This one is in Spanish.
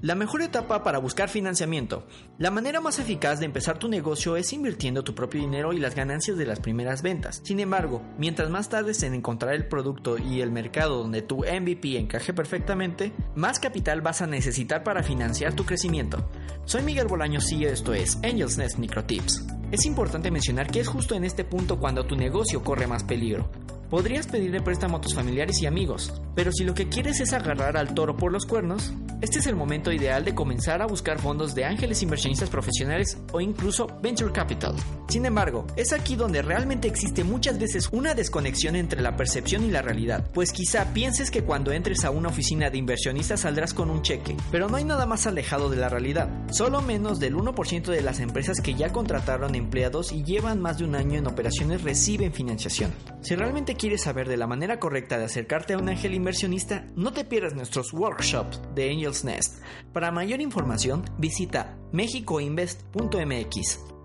La mejor etapa para buscar financiamiento. La manera más eficaz de empezar tu negocio es invirtiendo tu propio dinero y las ganancias de las primeras ventas. Sin embargo, mientras más tardes en encontrar el producto y el mercado donde tu MVP encaje perfectamente, más capital vas a necesitar para financiar tu crecimiento. Soy Miguel Bolaños y esto es Angels Nest Microtips. Es importante mencionar que es justo en este punto cuando tu negocio corre más peligro. Podrías pedirle préstamo a tus familiares y amigos, pero si lo que quieres es agarrar al toro por los cuernos, este es el momento ideal de comenzar a buscar fondos de ángeles inversionistas profesionales o incluso Venture Capital. Sin embargo, es aquí donde realmente existe muchas veces una desconexión entre la percepción y la realidad, pues quizá pienses que cuando entres a una oficina de inversionistas saldrás con un cheque, pero no hay nada más alejado de la realidad. Solo menos del 1% de las empresas que ya contrataron empleados y llevan más de un año en operaciones reciben financiación. Si realmente quieres saber de la manera correcta de acercarte a un ángel inversionista, no te pierdas nuestros workshops de Angels Nest. Para mayor información, visita mexicoinvest.mx.